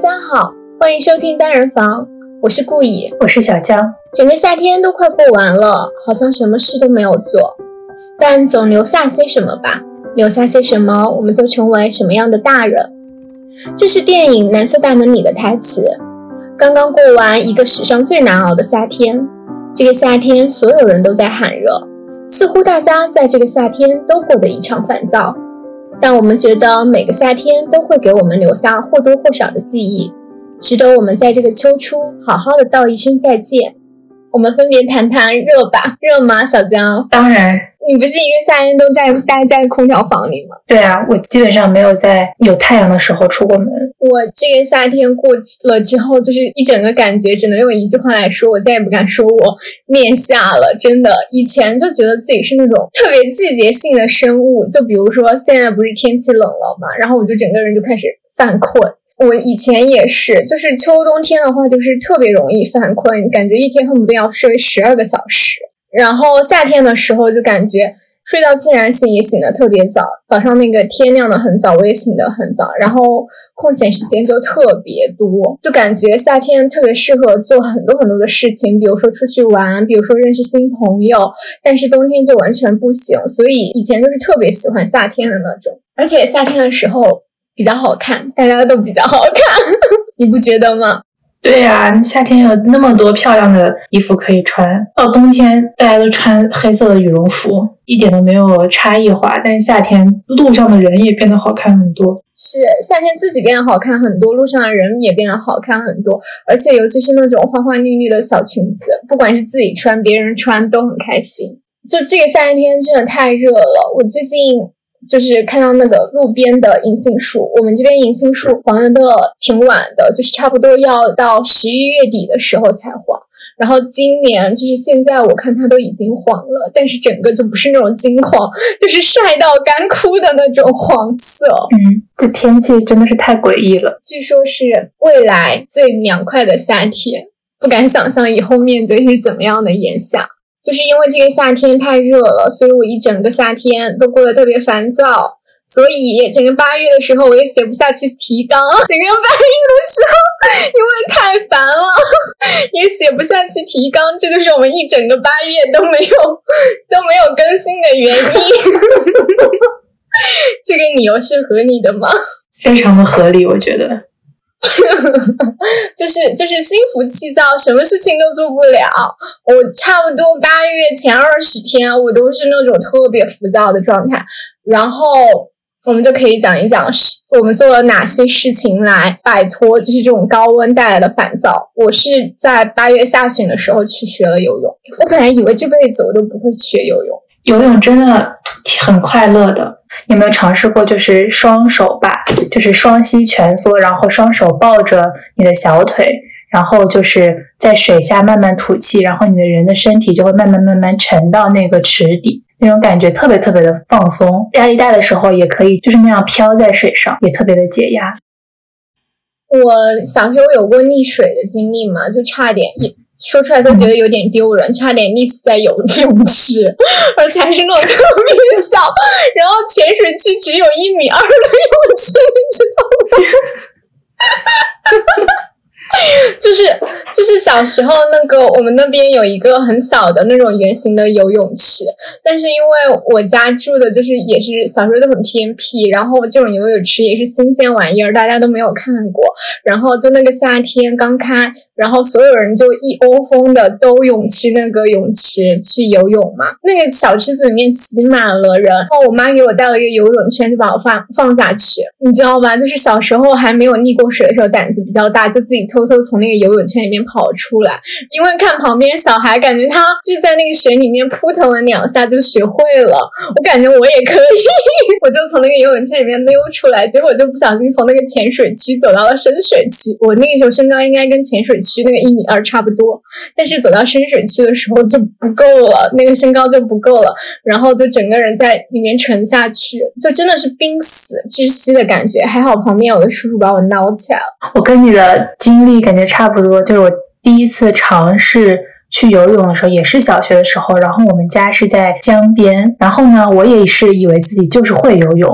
家好，欢迎收听单人房，我是顾乙， 我是小江。 整个夏天都快过完了，好像什么事都没有做，但总留下些什么吧，留下些什么，我们就成为什么样的大人。这是电影《蓝色大门》里的台词。刚刚过完一个史上最难熬的夏天，这个夏天所有人都在喊热，似乎大家在这个夏天都过得异常烦躁。但我们觉得每个夏天都会给我们留下或多或少的记忆，值得我们在这个秋初好好的道一声再见。我们分别谈谈热吧。热吗，小江？ 当然。 你不是一个夏天都待在空调房里吗？ 对啊，我基本上没有在有太阳的时候出过门。 我这个夏天过了之后，就是一整个感觉只能用一句话来说，我再也不敢说我面夏了。真的，以前就觉得自己是那种特别季节性的生物，就比如说现在不是天气冷了嘛，然后我就整个人就开始犯困。我以前也是，就是秋冬天的话就是特别容易犯困，感觉一天恨不得要睡12个小时。然后夏天的时候就感觉睡到自然醒也醒得特别早，早上那个天亮得很早，我也醒得很早，然后空闲时间就特别多，就感觉夏天特别适合做很多很多的事情，比如说出去玩，比如说认识新朋友，但是冬天就完全不行，所以以前就是特别喜欢夏天的那种，而且夏天的时候比较好看，大家都比较好看你不觉得吗？ 对啊，夏天有那么多漂亮的衣服可以穿，到冬天大家都穿黑色的羽绒服，一点都没有差异化，但是夏天路上的人也变得好看很多。 是，夏天自己变得好看很多，路上的人也变得好看很多，而且尤其是那种花花绿绿的小裙子，不管是自己穿别人穿都很开心。就这个夏天真的太热了，我最近就是看到那个路边的银杏树，我们这边银杏树黄的挺晚的，就是差不多要到11月底的时候才黄，然后今年就是现在我看它都已经黄了，但是整个就不是那种金黄，就是晒到干枯的那种黄色。 这天气真的是太诡异了。 据说是未来最凉快的夏天，不敢想象以后面对是怎么样的炎夏。就是因为这个夏天太热了，所以我一整个夏天都过得特别烦躁，所以整个8月的时候我也写不下去提纲，整个8月的时候因为太烦了也写不下去提纲，这就是我们一整个8月都没有更新的原因这个理由是合理的吗？ 非常的合理，我觉得就是心浮气躁，什么事情都做不了。我差不多8月前20天我都是那种特别浮躁的状态，然后我们就可以讲一讲我们做了哪些事情来摆脱就是这种高温带来的烦躁。我是在8月下旬的时候去学了游泳，我本来以为这辈子我都不会学游泳。 游泳真的很快乐的，你有没有尝试过就是双手吧，就是双膝蜷缩，然后双手抱着你的小腿，然后就是在水下慢慢吐气，然后你的人的身体就会慢慢沉到那个池底，那种感觉特别特别的放松，压力大的时候也可以就是那样飘在水上，也特别的解压。 我小时候有过溺水的经历嘛，就差点说出来都觉得有点丢人，差点溺死在泳池，而且还是那种特别小，然后潜水区只有1.2米的泳池，你知道吗就是小时候那个我们那边有一个很小的那种圆形的游泳池，但是因为我家住的就是也是小时候都很偏僻，然后这种游泳池也是新鲜玩意儿，大家都没有看过，然后就那个夏天刚开，然后所有人就一窝蜂的都涌去那个泳池去游泳嘛，那个小池子里面挤满了人，然后我妈给我带了一个游泳圈就把我放下去，你知道吧，就是小时候还没有溺过水的时候胆子比较大，就自己偷偷从那个游泳圈里面跑出来，因为看旁边小孩感觉他就在那个水里面扑腾了2下就学会了，我感觉我也可以我就从那个游泳圈里面溜出来，结果就不小心从那个浅水区走到了深水区，我那个时候身高应该跟浅水区那个1.2米差不多，但是走到深水区的时候就不够了，那个身高就不够了，然后就整个人在里面沉下去，就真的是濒死窒息的感觉，还好旁边有个叔叔把我捞起来了。 我跟你的经历感觉差不多，就是我第一次尝试去游泳的时候也是小学的时候，然后我们家是在江边，然后呢我也是以为自己就是会游泳，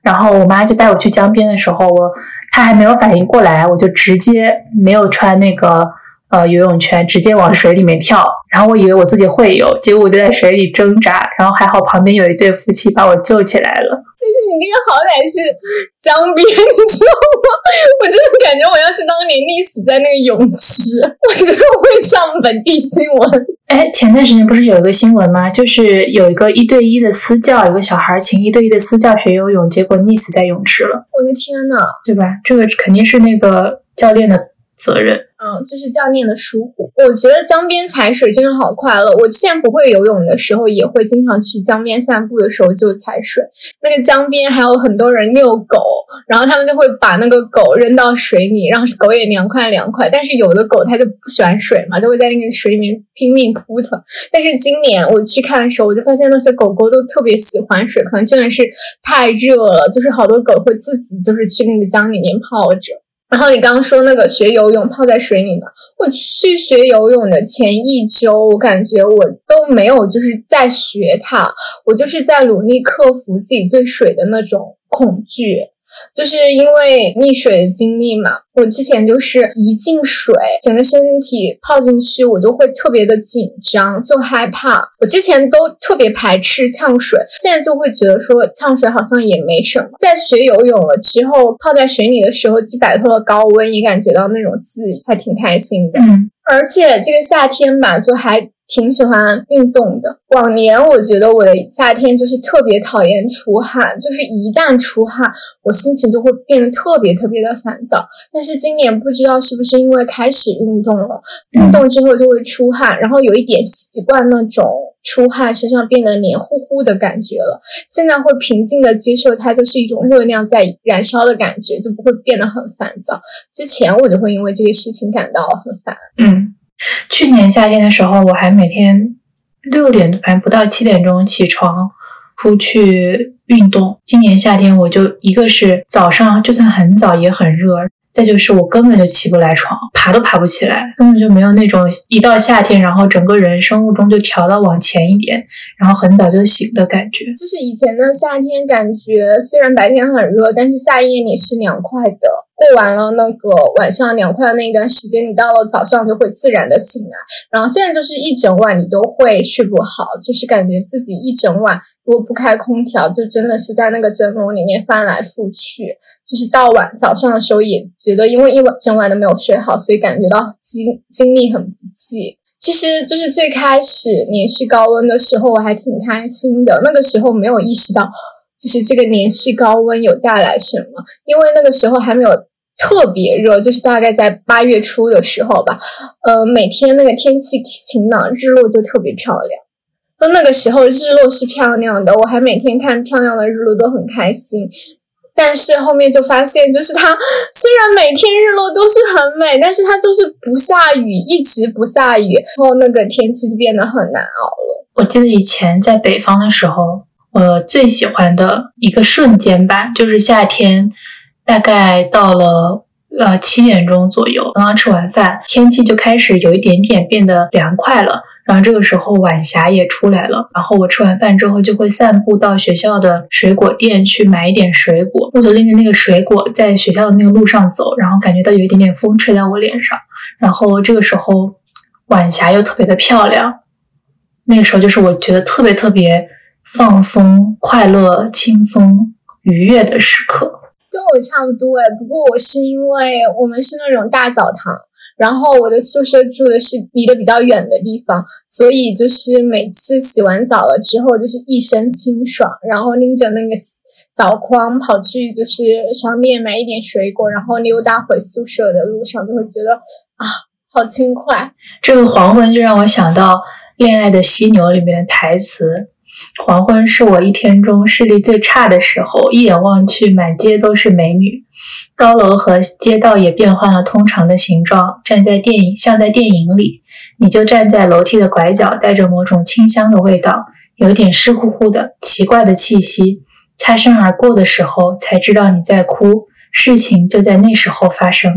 然后我妈就带我去江边的时候，她还没有反应过来，我就直接没有穿那个游泳圈，直接往水里面跳。然后我以为我自己会游，结果我就在水里挣扎，然后还好旁边有一对夫妻把我救起来了。 但是你这个好歹是江边，你知道吗？我真的感觉我要是当年溺死在那个泳池，我真的会上本地新闻。 哎，前段时间不是有一个新闻吗？就是有一个1对1的私教，有个小孩请1对1的私教学游泳，结果溺死在泳池了。 我的天哪， 对吧？这个肯定是那个教练的责任。 就是教练的疏忽。我觉得江边踩水真的好快乐。我之前不会游泳的时候，也会经常去江边散步的时候就踩水。那个江边还有很多人遛狗，然后他们就会把那个狗扔到水里，让狗也凉快凉快。但是有的狗它就不喜欢水嘛，就会在那个水里面拼命扑腾。但是今年我去看的时候，我就发现那些狗狗都特别喜欢水，可能真的是太热了，就是好多狗会自己就是去那个江里面泡着。然后你刚刚说那个学游泳泡在水里嘛，我去学游泳的前1周，我感觉我都没有就是在学它，我就是在努力克服自己对水的那种恐惧。就是因为溺水的经历嘛，我之前就是一进水，整个身体泡进去，我就会特别的紧张，就害怕。我之前都特别排斥呛水，现在就会觉得说呛水好像也没什么。在学游泳了之后，泡在水里的时候，既摆脱了高温，也感觉到那种自由，还挺开心的。而且这个夏天吧，就还挺喜欢运动的。往年我觉得我的夏天就是特别讨厌出汗，就是一旦出汗，我心情就会变得特别特别的烦躁。但是今年不知道是不是因为开始运动了，运动之后就会出汗，然后有一点习惯那种出汗身上变得黏糊糊的感觉了。现在会平静的接受它就是一种热量在燃烧的感觉，就不会变得很烦躁。之前我就会因为这个事情感到很烦。 去年夏天的时候，我还每天6点，反正不到7点钟起床出去运动。今年夏天我就一个是早上就算很早也很热，再就是我根本就起不来床，爬都爬不起来，根本就没有那种一到夏天然后整个人生物钟就调到往前一点，然后很早就醒的感觉。 就是以前的夏天感觉虽然白天很热，但是夏夜你是凉快的，过完了那个晚上凉快的那一段时间，你到了早上就会自然的醒来。然后现在就是一整晚你都会睡不好，就是感觉自己一整晚如果不开空调，就真的是在那个蒸笼里面翻来覆去，就是到早上的时候也觉得因为一整晚都没有睡好，所以感觉到精力很不济。其实就是最开始连续高温的时候我还挺开心的，那个时候没有意识到就是这个连续高温有带来什么，因为那个时候还没有特别热，就是大概在8月初的时候吧，每天那个天气晴朗，日落就特别漂亮。就那个时候日落是漂亮的，我还每天看漂亮的日落都很开心。但是后面就发现，就是它虽然每天日落都是很美，但是它就是不下雨，一直不下雨，然后那个天气就变得很难熬了。 我记得以前在北方的时候，我最喜欢的一个瞬间吧，就是夏天大概到了7点钟左右，刚刚吃完饭，天气就开始有一点点变得凉快了，然后这个时候晚霞也出来了，然后我吃完饭之后就会散步到学校的水果店去买一点水果，我就拎着那个水果在学校的那个路上走，然后感觉到有一点点风吹在我脸上，然后这个时候晚霞又特别的漂亮，那个时候就是我觉得特别特别放松、快乐、轻松、愉悦的时刻。 跟我差不多不过我是因为我们是那种大澡堂，然后我的宿舍住的是离得比较远的地方，所以就是每次洗完澡了之后就是一身清爽，然后拎着那个澡筐跑去就是商店买一点水果，然后溜达回宿舍的路上就会觉得好轻快。 这个黄昏就让我想到《恋爱的犀牛》里面的台词，黄昏是我一天中视力最差的时候，一眼望去满街都是美女，高楼和街道也变换了通常的形状，像在电影里，你就站在楼梯的拐角，带着某种清香的味道，有点湿乎乎的奇怪的气息，擦身而过的时候才知道你在哭，事情就在那时候发生了。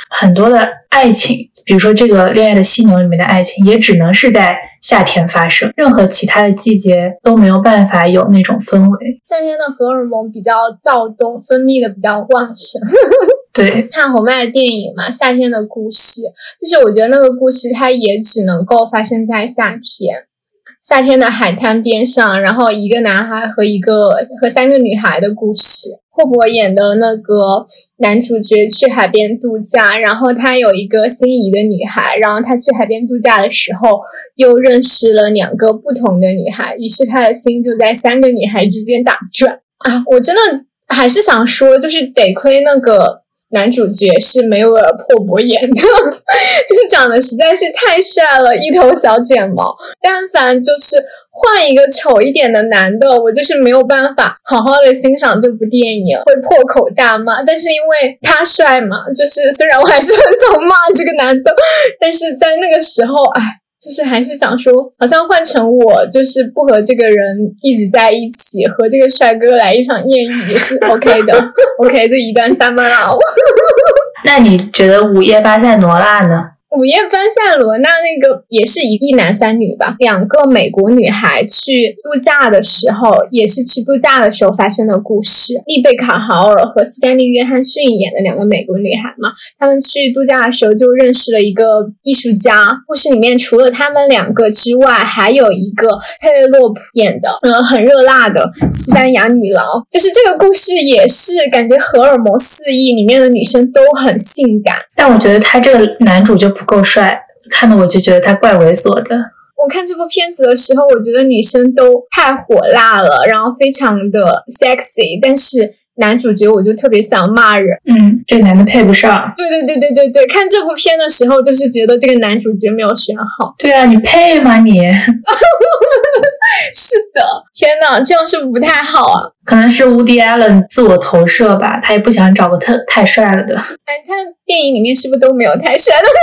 很多的爱情，比如说这个恋爱的犀牛里面的爱情，也只能是在夏天发生，任何其他的季节都没有办法有那种氛围。 夏天的荷尔蒙比较躁动，分泌的比较旺盛。 对， 看侯麦的电影嘛，夏天的故事，就是我觉得那个故事它也只能够发生在夏天。夏天的海滩边上，然后一个男孩和三个女孩的故事。霍珀演的那个男主角去海边度假，然后他有一个心仪的女孩，然后他去海边度假的时候又认识了2个不同的女孩，于是他的心就在3个女孩之间打转啊！我真的还是想说，就是得亏那个男主角是梅维尔·珀珀演的，就是长得实在是太帅了，一头小卷毛。但凡就是换一个丑一点的男的，我就是没有办法好好的欣赏这部电影，会破口大骂。但是因为他帅嘛，就是虽然我还是很想骂这个男的，但是在那个时候，就是还是想说，好像换成我，就是不和这个人一直在一起，和这个帅哥来一场艳遇也是 OK 的。OK， 就一段三班了。 那你觉得午夜巴塞罗那呢？ 午夜巴塞罗那那个也是一男3女吧，2个美国女孩去度假的时候，也是去度假的时候发生的故事。丽贝卡·豪尔和斯嘉丽·约翰逊演的2个美国女孩嘛，她们去度假的时候就认识了一个艺术家。故事里面除了她们2个之外，还有一个佩雷洛普演的很热辣的西班牙女郎。就是这个故事也是感觉荷尔蒙四溢，里面的女生都很性感。 但我觉得他这个男主就不够帅，看得我就觉得他怪猥琐的。 我看这部片子的时候，我觉得女生都太火辣了，然后非常的 sexy， 但是男主角我就特别想骂人。 这个男的配不上。 对，看这部片的时候就是觉得这个男主角没有选好。 对啊，你配吗你？ 是的，天哪，这样是不是不太好啊？ 可能是 Woody Allen 自我投射吧，他也不想找个太帅了的。 他电影里面是不是都没有太帅的？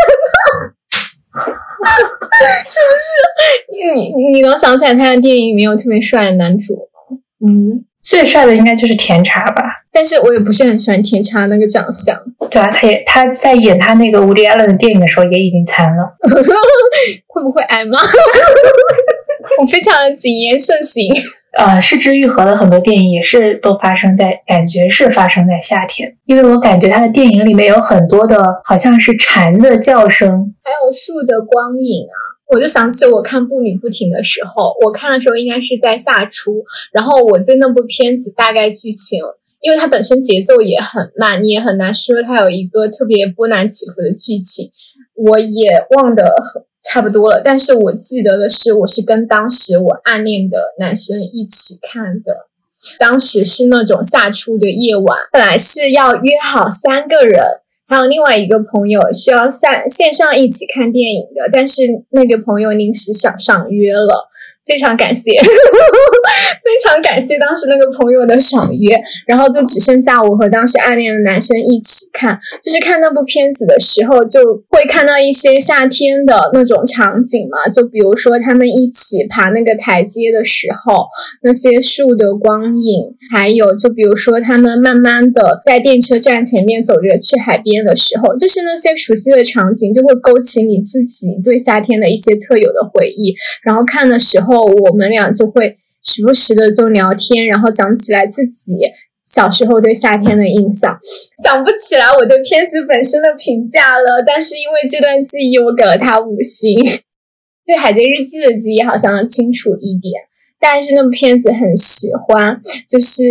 是不是？你能想起来他的电影里面有特别帅的男主吗？ 最帅的应该就是甜茶吧。 但是我也不是很喜欢甜茶那个长相。 对啊，他在演他那个 Woody Allen 的电影的时候也已经残了。 会不会挨骂？我非常的谨言慎行。 失之愈合的很多电影也是都感觉是发生在夏天，因为我感觉他的电影里面有很多的好像是蝉的叫声， 还有树的光影啊。我就想起我看《步履不停》的时候，我看的时候应该是在夏初，然后我对那部片子大概剧情，因为它本身节奏也很慢，你也很难说它有一个特别波澜起伏的剧情，我也忘得差不多了。但是我记得的是，我是跟当时我暗恋的男生一起看的。当时是那种夏初的夜晚，本来是要约好3个人，还有另外一个朋友需要线上一起看电影的，但是那个朋友临时想上约了。非常感谢非常感谢当时那个朋友的赏约，然后就只剩下我和当时暗恋的男生一起看。就是看那部片子的时候就会看到一些夏天的那种场景嘛，就比如说他们一起爬那个台阶的时候，那些树的光影，还有就比如说他们慢慢的在电车站前面走着去海边的时候，就是那些熟悉的场景就会勾起你自己对夏天的一些特有的回忆。然后看的时候我们俩就会时不时的就聊天，然后讲起来自己小时候对夏天的印象。想不起来我对片子本身的评价了，但是因为这段记忆我给了它5星。对海贼日记的记忆好像清楚一点，但是那部片子很喜欢，就是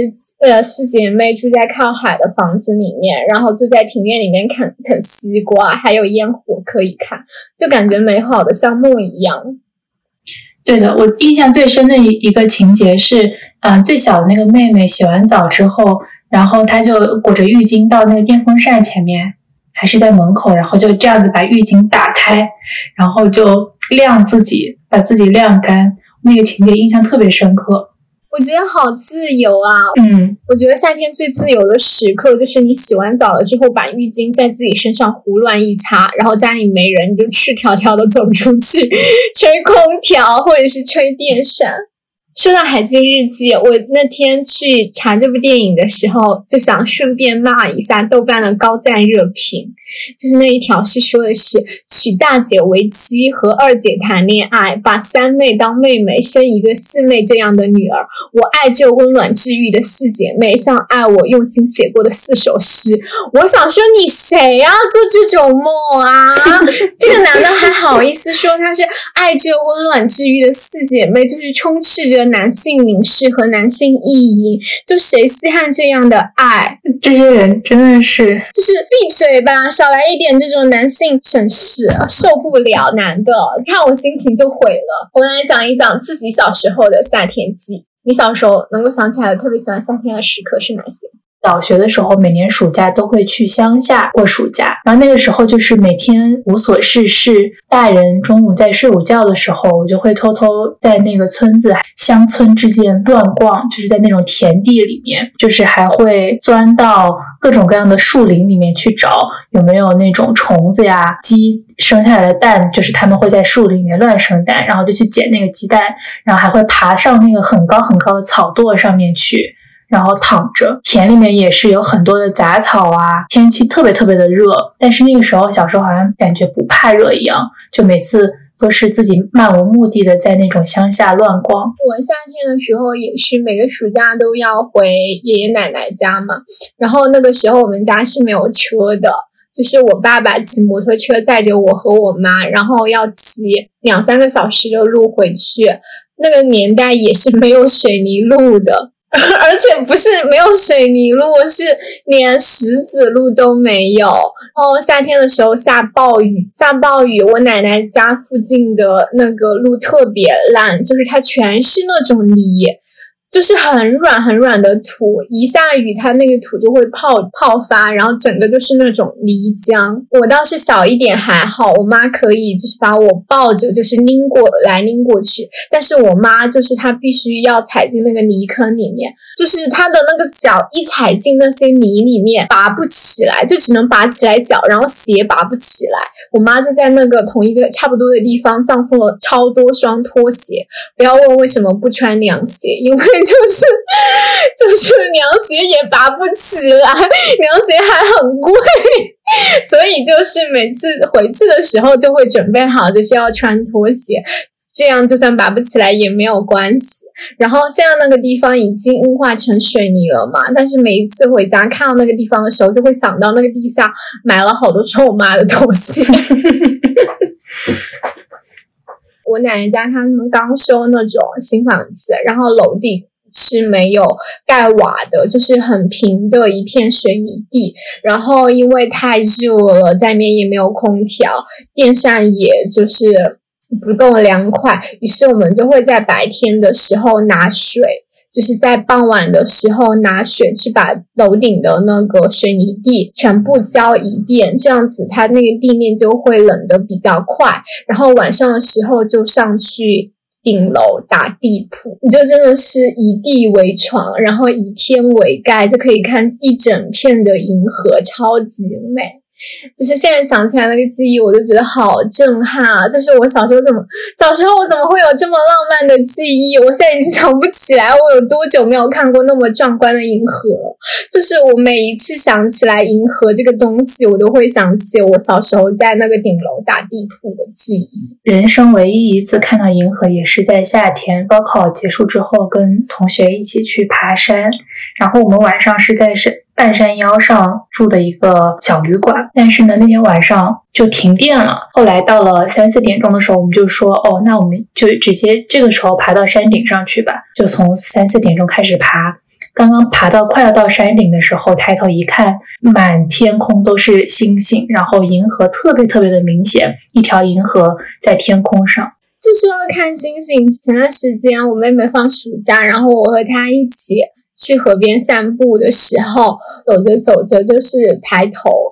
4姐妹住在靠海的房子里面，然后就在庭院里面啃西瓜，还有烟火可以看，就感觉美好的像梦一样。 对的，我印象最深的一个情节是，最小的那个妹妹洗完澡之后，然后她就裹着浴巾到那个电风扇前面，还是在门口，然后就这样子把浴巾打开，然后就把自己晾干，那个情节印象特别深刻。 我觉得好自由啊。我觉得夏天最自由的时刻就是你洗完澡了之后把浴巾在自己身上胡乱一擦，然后家里没人你就赤条条的走出去吹空调或者是吹电扇。 说到海记日记，我那天去查这部电影的时候，就想顺便骂一下豆瓣的高赞热评，就是那一条是说的是娶大姐为妻和二姐谈恋爱，把三妹当妹妹，生一个四妹这样的女儿。我爱这温暖治愈的四姐妹，像爱我用心写过的四首诗。我想说你谁啊，做这种梦啊？这个男的还好意思说他是爱这温暖治愈的四姐妹，就是充斥着男性凝视和男性意淫，就谁稀罕这样的爱？ 这些人真的是就是闭嘴吧，少来一点这种男性审视，受不了男的，看我心情就毁了。我来讲一讲自己小时候的夏天记。你小时候能够想起来的特别喜欢夏天的时刻是哪些？ 小学的时候，每年暑假都会去乡下过暑假，然后那个时候就是每天无所事事，大人中午在睡午觉的时候，我就会偷偷在那个村子乡村之间乱逛，就是在那种田地里面，就是还会钻到各种各样的树林里面去找有没有那种虫子呀、鸡生下来的蛋，就是他们会在树林里面乱生蛋，然后就去捡那个鸡蛋，然后还会爬上那个很高很高的草垛上面去，然后躺着。田里面也是有很多的杂草啊，天气特别特别的热，但是那个时候小时候好像感觉不怕热一样，就每次都是自己漫无目的的在那种乡下乱逛。 我夏天的时候也是每个暑假都要回爷爷奶奶家嘛，然后那个时候我们家是没有车的，就是我爸爸骑摩托车载着我和我妈，然后要骑2-3个小时的路回去。那个年代也是没有水泥路的，而且不是没有水泥路，是连石子路都没有。然后夏天的时候下暴雨，我奶奶家附近的那个路特别烂，就是它全是那种泥，就是很软很软的土，一下雨它那个土就会泡发，然后整个就是那种泥浆。我倒是小一点还好，我妈可以就是把我抱着就是拎过来拎过去，但是我妈就是她必须要踩进那个泥坑里面，就是她的那个脚一踩进那些泥里面拔不起来，就只能拔起来脚，然后鞋拔不起来。我妈就在那个同一个差不多的地方葬送了超多双拖鞋，不要问为什么不穿凉鞋，因为就是凉鞋也拔不起来，凉鞋还很贵，所以就是每次回去的时候就会准备好就是要穿拖鞋，这样就算拔不起来也没有关系。然后现在那个地方已经硬化成水泥了嘛，但是每一次回家看到那个地方的时候，就会想到那个地下埋了好多穿我妈的拖鞋。我奶奶家他们刚修那种新房子，然后楼顶是没有盖瓦的，就是很平的一片水泥地，然后因为太热了，在里面也没有空调，电扇也就是不够凉快，于是我们就会在白天的时候拿水，就是在傍晚的时候拿水去把楼顶的那个水泥地全部浇一遍，这样子它那个地面就会冷得比较快，然后晚上的时候就上去顶楼打地铺，你就真的是以地为床，然后以天为盖，就可以看一整片的银河，超级美。就是现在想起来那个记忆，我就觉得好震撼啊！就是我小时候我怎么会有这么浪漫的记忆？我现在已经想不起来我有多久没有看过那么壮观的银河了。就是我每一次想起来银河这个东西，我都会想起我小时候在那个顶楼打地铺的记忆。 人生唯一一次看到银河也是在夏天，高考结束之后跟同学一起去爬山，然后我们晚上是在半山腰上住的一个小旅馆，但是呢那天晚上就停电了。后来到了3-4点钟的时候，我们就说那我们就直接这个时候爬到山顶上去吧，就从3-4点钟开始爬。刚刚爬到快要到山顶的时候，抬头一看，满天空都是星星，然后银河特别特别的明显，一条银河在天空上。 就说要看星星，前段时间我妹妹放暑假，然后我和她一起去河边散步的时候，走着走着就是抬头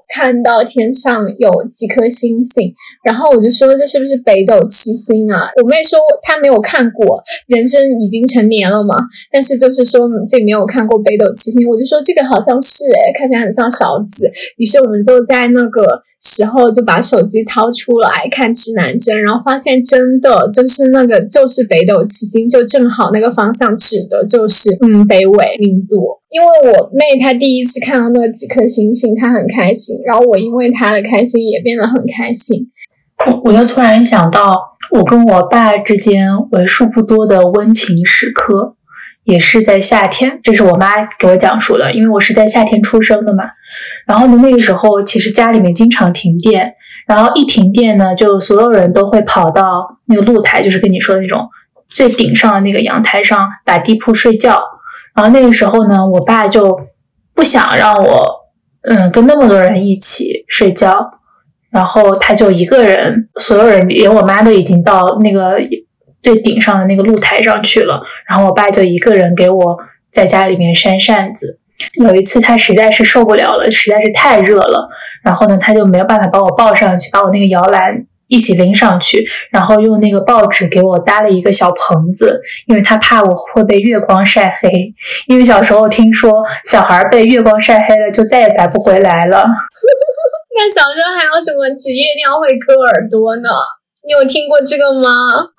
看到天上有几颗星星，然后我就说这是不是北斗七星啊？我妹说她没有看过，人生已经成年了嘛，但是就是说自己没有看过北斗七星，我就说这个好像是看起来很像勺子，于是我们就在那个时候就把手机掏出来看指南针，然后发现真的就是那个就是北斗七星，就正好那个方向指的就是北纬0度。因为我妹她第一次看到那几颗星星，她很开心，然后我因为她的开心也变得很开心。 我又突然想到我跟我爸之间为数不多的温情时刻，也是在夏天，这是我妈给我讲述的，因为我是在夏天出生的嘛。然后呢，那个时候其实家里面经常停电，然后一停电呢，就所有人都会跑到那个露台，就是跟你说的那种最顶上的那个阳台上打地铺睡觉。然后那个时候呢，我爸就不想让我跟那么多人一起睡觉，然后他就一个人，所有人连我妈都已经到那个最顶上的那个露台上去了，然后我爸就一个人给我在家里面扇扇子。有一次他实在是受不了了，实在是太热了，然后呢他就没有办法把我抱上去，把我那个摇篮一起拎上去，然后用那个报纸给我搭了一个小棚子，因为他怕我会被月光晒黑，因为小时候听说小孩被月光晒黑了就再也白不回来了。 那小时候还有什么指月亮会割耳朵呢？你有听过这个吗？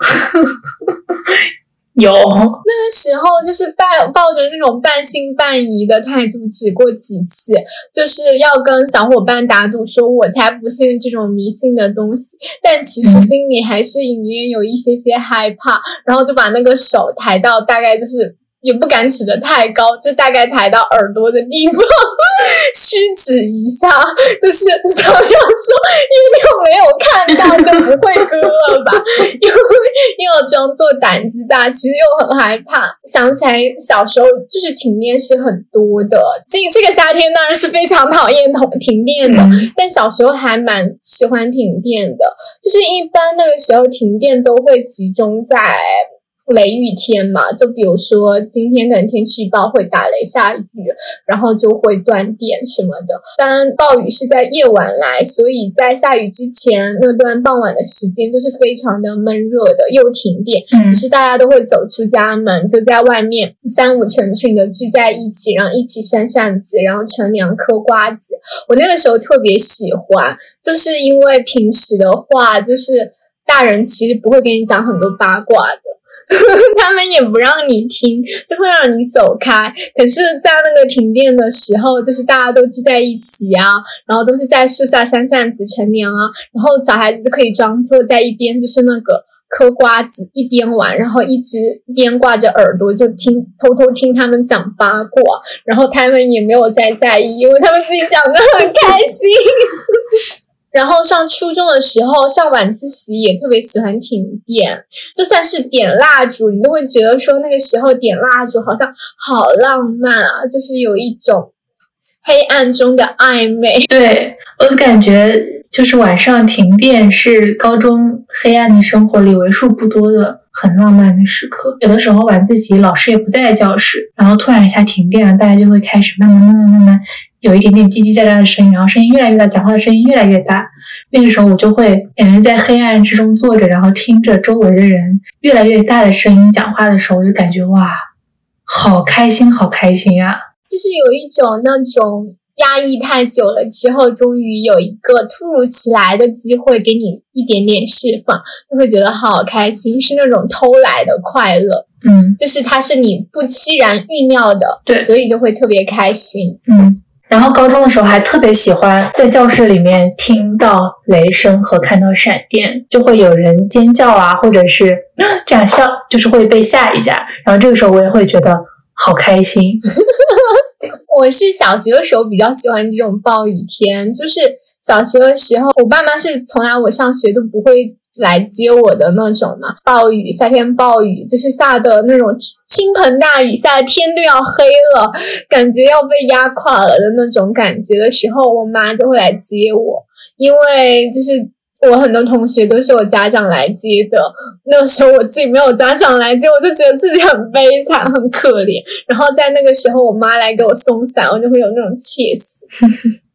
有， 那个时候就是抱着那种半信半疑的态度指过几次，就是要跟小伙伴打赌说我才不信这种迷信的东西，但其实心里还是隐约有一些害怕，然后就把那个手抬到大概就是也不敢指得太高，就大概抬到耳朵的地方虚指一下，就是想要说月亮没有看到就不会割了吧，又要装作胆子大，其实又很害怕。想起来小时候就是停电是很多的，这个夏天当然是非常讨厌停电的，但小时候还蛮喜欢停电的，就是一般那个时候停电都会集中在雷雨天嘛，就比如说今天可能天气预报会打雷下雨，然后就会断电什么的。当然暴雨是在夜晚来，所以在下雨之前那段傍晚的时间就是非常的闷热的，又停电，于是大家都会走出家门，就在外面三五成群的聚在一起，然后一起扇扇子，然后乘凉嗑瓜子。我那个时候特别喜欢，就是因为平时的话就是大人其实不会跟你讲很多八卦的，他们也不让你听，就会让你走开。可是在那个停电的时候，就是大家都聚在一起啊，然后都是在树下扇扇子乘凉啊，然后小孩子就可以装作在一边就是那个嗑瓜子，一边玩，然后一边挂着耳朵就偷偷听他们讲八卦，然后他们也没有再在意，因为他们自己讲得很开心。然后上初中的时候，上晚自习也特别喜欢停电，就算是点蜡烛，你都会觉得说那个时候点蜡烛好像好浪漫啊，就是有一种黑暗中的暧昧。 对，我感觉就是晚上停电是高中黑暗的生活里为数不多的很浪漫的时刻。有的时候晚自习老师也不在教室，然后突然一下停电了，大家就会开始慢慢有一点点叽叽喳喳的声音，然后声音越来越大，讲话的声音越来越大。那个时候我就会感觉在黑暗之中坐着，然后听着周围的人越来越大的声音讲话的时候，我就感觉哇，好开心好开心啊。 就是有一种那种压抑太久了之后，终于有一个突如其来的机会给你一点点释放，就会觉得好开心，是那种偷来的快乐。就是它是你不期然预料的， 对， 所以就会特别开心。 然后高中的时候还特别喜欢在教室里面听到雷声和看到闪电，就会有人尖叫啊，或者是这样笑，就是会被吓一下，然后这个时候我也会觉得好开心。 我是小学的时候比较喜欢这种暴雨天，就是小学的时候我爸妈是从来我上学都不会来接我的那种嘛，暴雨，夏天暴雨就是下的那种倾盆大雨，下的天都要黑了，感觉要被压垮了的那种感觉的时候，我妈就会来接我，因为就是我很多同学都是我家长来接的，那个时候我自己没有家长来接，我就觉得自己很悲惨很可怜，然后在那个时候我妈来给我送伞，我就会有那种窃喜。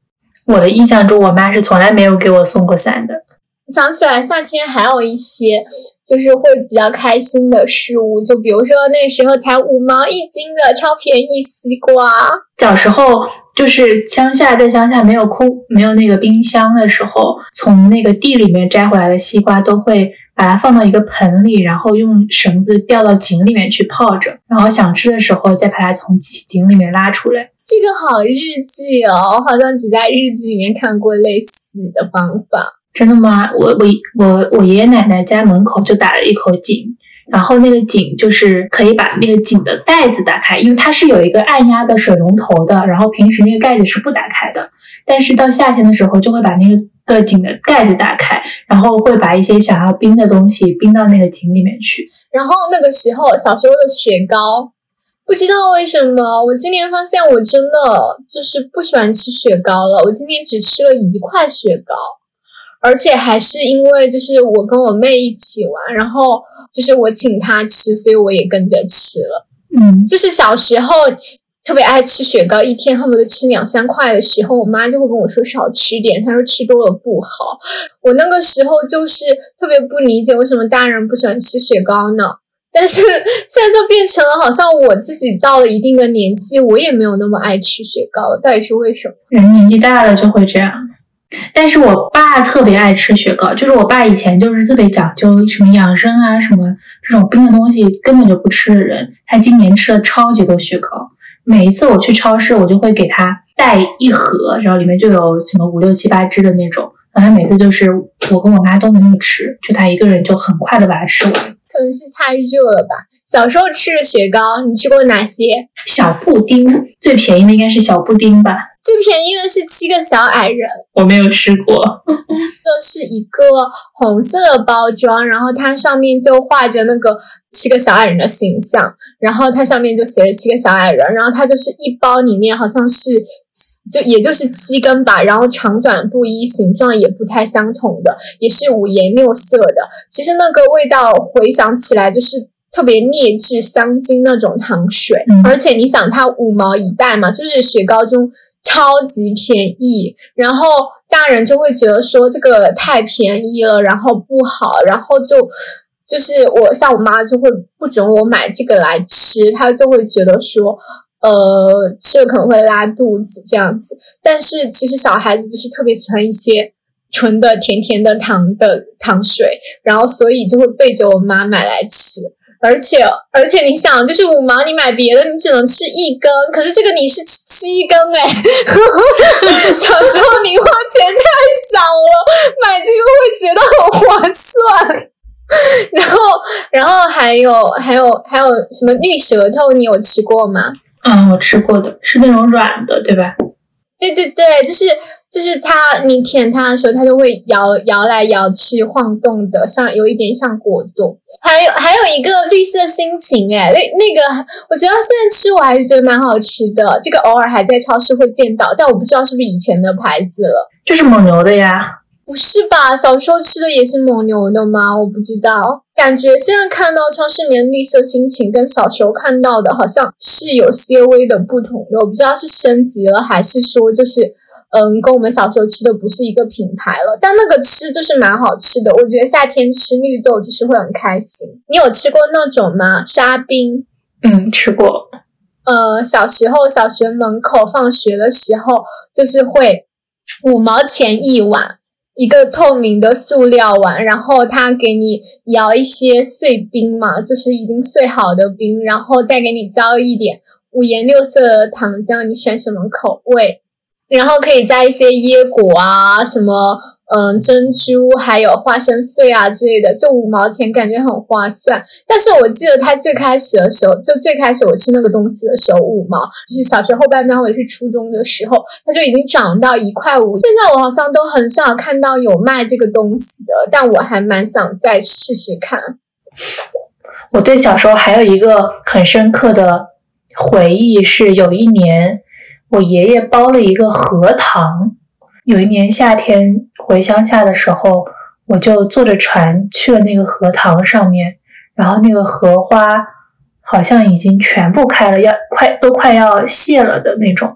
我的印象中我妈是从来没有给我送过伞的。 想起来夏天还有一些就是会比较开心的事物，就比如说那时候才5毛1斤的超便宜西瓜。 小时候就是在乡下没有那个冰箱的时候，从那个地里面摘回来的西瓜都会把它放到一个盆里，然后用绳子吊到井里面去泡着，然后想吃的时候再把它从井里面拉出来。 这个好日剧哦，我好像只在日剧里面看过类似的方法。 真的吗？我爷爷奶奶家门口就打了一口井，然后那个井就是可以把那个井的盖子打开，因为它是有一个按压的水龙头的，然后平时那个盖子是不打开的，但是到夏天的时候就会把那个井的盖子打开，然后会把一些想要冰的东西冰到那个井里面去。 然后那个时候小时候的雪糕，不知道为什么我今年发现我真的就是不喜欢吃雪糕了，我今年只吃了1块雪糕。而且还是因为就是我跟我妹一起玩，然后就是我请她吃，所以我也跟着吃了。就是小时候特别爱吃雪糕，一天恨不得吃2-3块的时候，我妈就会跟我说少吃点，她说吃多了不好。我那个时候就是特别不理解为什么大人不喜欢吃雪糕呢？但是现在就变成了好像我自己到了一定的年纪，我也没有那么爱吃雪糕了，到底是为什么？ 人年纪大了就会这样。但是我爸特别爱吃雪糕，就是我爸以前就是特别讲究什么养生啊，什么这种冰的东西根本就不吃的人，他今年吃了超级多雪糕。每一次我去超市，我就会给他带一盒，然后里面就有什么5、6、7、8只的那种，然后他每次就是我跟我妈都没有吃，就他一个人就很快的把它吃完。 可能是太热了吧。小时候吃的雪糕你吃过哪些？ 小布丁，最便宜的应该是小布丁吧。 最便宜的是7个小矮人， 我没有吃过。 这是一个红色的包装，然后它上面就画着那个7个小矮人的形象，然后它上面就写着7个小矮人，然后它就是一包里面好像是也就是7根吧，然后长短不一，形状也不太相同的，也是5颜6色的。其实那个味道回想起来就是特别劣质香精那种糖水，而且你想它5毛1袋嘛，就是雪糕中超级便宜，然后大人就会觉得说这个太便宜了，然后不好，然后就是像我妈就会不准我买这个来吃，她就会觉得说吃了可能会拉肚子这样子。但是其实小孩子就是特别喜欢一些纯的甜甜的糖水，然后所以就会背着我妈买来吃。而且你想，就是5毛你买别的你只能吃1根，可是这个你是7根小时候零花钱太少了，买这个会觉得很划算。然后还有什么绿舌头，你有吃过吗？ 我吃过的，是那种软的，对吧？ 对对对，就是它，你舔它的时候，它就会摇来摇去晃动的，有一点像果冻。还有一个绿色心情那个我觉得现在吃我还是觉得蛮好吃的，这个偶尔还在超市会见到，但我不知道是不是以前的牌子了。 就是蒙牛的呀。 不是吧？小时候吃的也是蒙牛的吗？我不知道，感觉现在看到超市里面绿色心情跟小时候看到的好像是有些微的不同的，我不知道是升级了还是说就是跟我们小时候吃的不是一个品牌了，但那个吃就是蛮好吃的，我觉得夏天吃绿豆就是会很开心。你有吃过那种吗？沙冰？ 吃过。 小时候小学门口放学的时候就是会5毛钱1碗，一个透明的塑料碗，然后他给你摇一些碎冰嘛，就是已经碎好的冰，然后再给你浇一点5颜6色的糖浆，你选什么口味，然后可以加一些椰果啊，什么珍珠还有花生碎啊之类的，就5毛钱感觉很划算。但是我记得它最开始我吃那个东西的时候5毛，就是小学后半段或者是初中的时候，它就已经涨到1块5。现在我好像都很少看到有卖这个东西的，但我还蛮想再试试看。 我对小时候还有一个很深刻的回忆是，有一年我爷爷包了一个荷塘。有一年夏天回乡下的时候，我就坐着船去了那个荷塘上面，然后那个荷花好像已经全部开了，快要谢了的那种。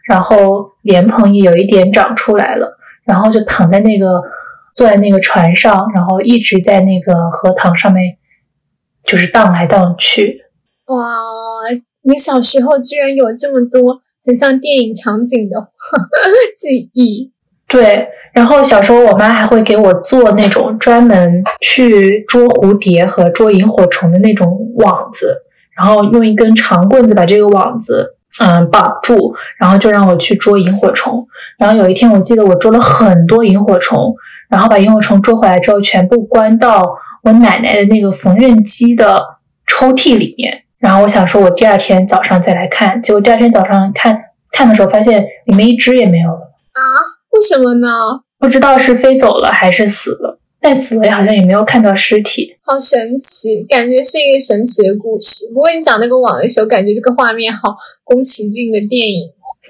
然后莲蓬也有一点长出来了，然后就坐在那个船上，然后一直在那个荷塘上面就是荡来荡去。 哇，你小时候居然有这么多很像电影场景的记忆。 对，然后小时候我妈还会给我做那种专门去捉蝴蝶和捉萤火虫的那种网子，然后用一根长棍子把这个网子绑住，然后就让我去捉萤火虫。然后有一天我记得我捉了很多萤火虫，然后把萤火虫捉回来之后全部关到我奶奶的那个缝纫机的抽屉里面，然后我想说我第二天早上再来看，结果第二天早上看的时候发现里面一只也没有了。 啊？为什么呢？ 不知道是飞走了还是死了，但死了好像也没有看到尸体。 好神奇，感觉是一个神奇的故事。不过你讲那个网的时候，感觉这个画面好宫崎骏的电影。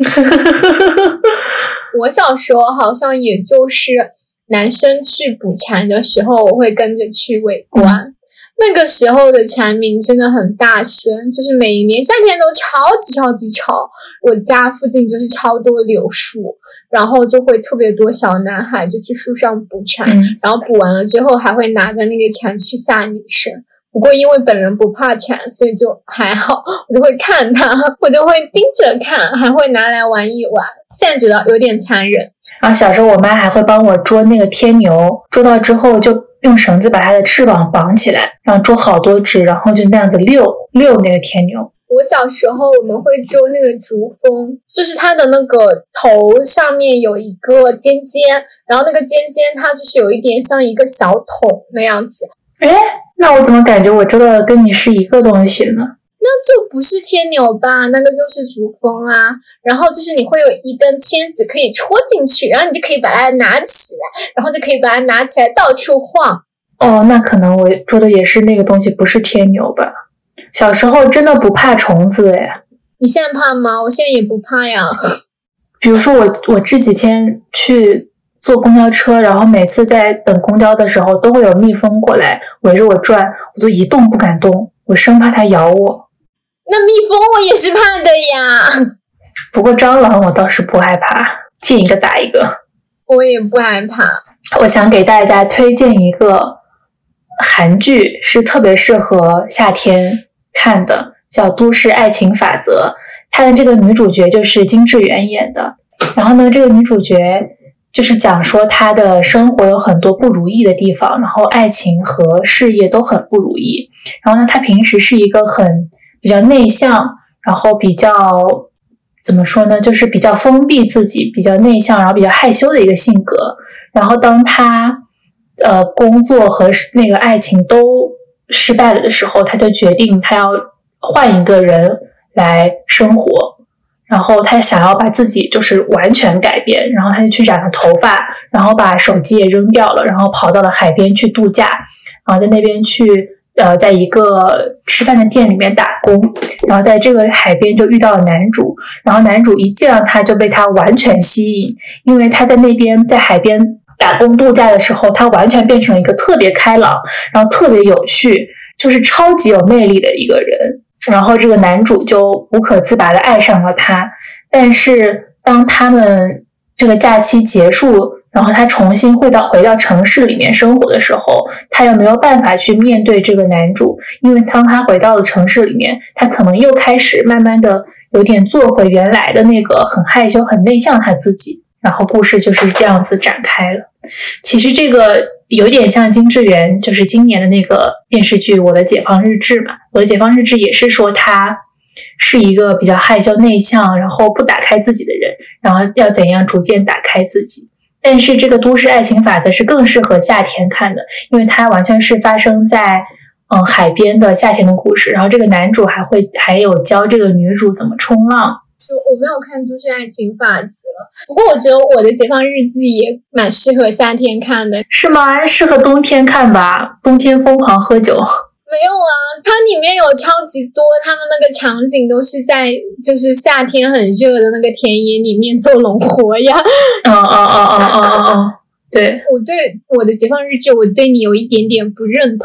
我小时候好像也就是男生去捕蝉的时候，我会跟着去围观。那个时候的蝉鸣真的很大声，就是每一年夏天都超级吵。我家附近就是超多柳树，然后就会特别多小男孩就去树上捕蝉，然后捕完了之后还会拿着那个蝉去吓女生。不过因为本人不怕蝉，所以就还好，我就会看它，我就会盯着看，还会拿来玩一玩。现在觉得有点残忍。 然后小时候我妈还会帮我捉那个天牛，捉到之后就用绳子把它的翅膀绑起来，然后捉好多只，然后就那样子遛那个天牛。 我小时候我们会捉那个竹蜂，就是它的那个头上面有一个尖尖，然后那个尖尖它就是有一点像一个小桶那样子。 诶，那我怎么感觉我捉到的跟你是一个东西呢？ 那就不是天牛吧，那个就是竹蜂啊。然后就是你会有一根签子可以戳进去，然后你就可以把它拿起来，然后就可以把它拿起来到处晃。 哦，那可能我捉的也是那个东西，不是天牛吧。小时候真的不怕虫子诶。 你现在怕吗？我现在也不怕呀。 比如说我这几天去坐公交车，然后每次在等公交的时候都会有蜜蜂过来围着我转，我就一动不敢动，我生怕它咬我。 那蜜蜂我也是怕的呀。 不过蟑螂我倒是不害怕，见一个打一个。 我也不害怕。 我想给大家推荐一个韩剧，是特别适合夏天看的，叫《都市爱情法则》。它的这个女主角就是金智媛演的。然后呢，这个女主角就是讲说她的生活有很多不如意的地方，然后爱情和事业都很不如意。然后呢，她平时是一个比较内向，然后比较怎么说呢，就是比较封闭自己，比较内向，然后比较害羞的一个性格。然后当她工作和那个爱情都失败了的时候，她就决定她要换一个人来生活。然后他想要把自己就是完全改变，然后他就去染了头发，然后把手机也扔掉了，然后跑到了海边去度假，然后在那边去在一个吃饭的店里面打工，然后在这个海边就遇到了男主，然后男主一见到他就被他完全吸引，因为他在那边在海边打工度假的时候，他完全变成了一个特别开朗，然后特别有趣，就是超级有魅力的一个人。然后这个男主就无可自拔地爱上了他，但是当他们这个假期结束，然后他重新回到城市里面生活的时候，他又没有办法去面对这个男主，因为当他回到了城市里面，他可能又开始慢慢的有点做回原来的那个很害羞很内向他自己，然后故事就是这样子展开了。其实这个有点像金智媛就是今年的那个电视剧《我的解放日志》嘛，《我的解放日志》也是说他是一个比较害羞内向，然后不打开自己的人，然后要怎样逐渐打开自己。但是这个都市爱情法则是更适合夏天看的，因为它完全是发生在海边的夏天的故事，然后这个男主还有教这个女主怎么冲浪。 我没有看《都市爱情法则》，不过我觉得我的解放日记也蛮适合夏天看的。 是吗？适合冬天看吧，冬天疯狂喝酒。 没有啊，它里面有超级多，他们那个场景都是在就是夏天很热的那个田野里面做农活呀。对。我对我的解放日志，我对你有一点点不认同，